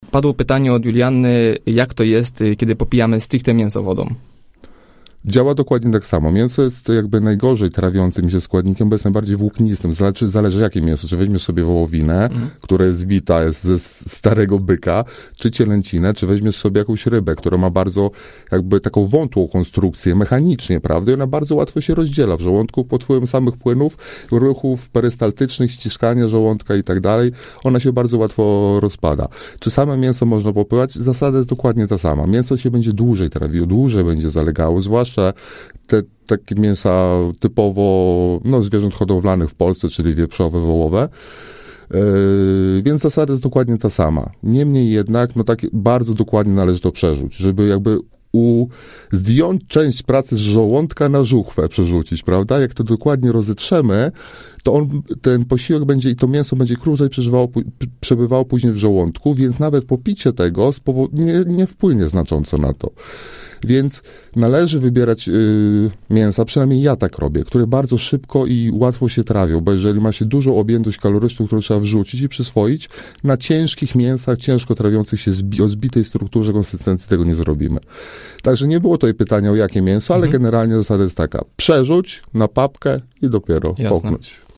padło pytanie od Julianny, jak to jest, kiedy popijamy stricte mięso wodą? Działa dokładnie tak samo. Mięso jest jakby najgorzej trawiącym się składnikiem, bo jest najbardziej włóknistym. Zależy jakie mięso. Czy weźmiesz sobie wołowinę, która jest zbita, jest ze starego byka, czy cielęcinę, czy weźmiesz sobie jakąś rybę, która ma bardzo jakby taką wątłą konstrukcję mechanicznie, prawda? I ona bardzo łatwo się rozdziela w żołądku pod wpływem samych płynów, ruchów perystaltycznych, ściskania żołądka i tak dalej. Ona się bardzo łatwo rozpada. Czy same mięso można popyłać? Zasada jest dokładnie ta sama. Mięso się będzie dłużej trawiło, dłużej będzie zalegało, zwłaszcza te takie mięsa typowo zwierząt hodowlanych w Polsce, czyli wieprzowe, wołowe. Więc zasada jest dokładnie ta sama. Niemniej jednak, tak bardzo dokładnie należy to przerzuć, żeby jakby zdjąć część pracy z żołądka na żuchwę przerzucić, prawda? Jak to dokładnie rozetrzemy, to ten posiłek będzie i to mięso będzie krócej przebywało później w żołądku, więc nawet popicie tego nie wpłynie znacząco na to. Więc należy wybierać mięsa, przynajmniej ja tak robię, które bardzo szybko i łatwo się trawią, bo jeżeli ma się dużą objętość kaloryczną, którą trzeba wrzucić i przyswoić, na ciężkich mięsach, ciężko trawiących się o zbitej strukturze konsystencji tego nie zrobimy. Także nie było tutaj pytania o jakie mięso, ale generalnie zasada jest taka: przerzuć na papkę i dopiero połknąć.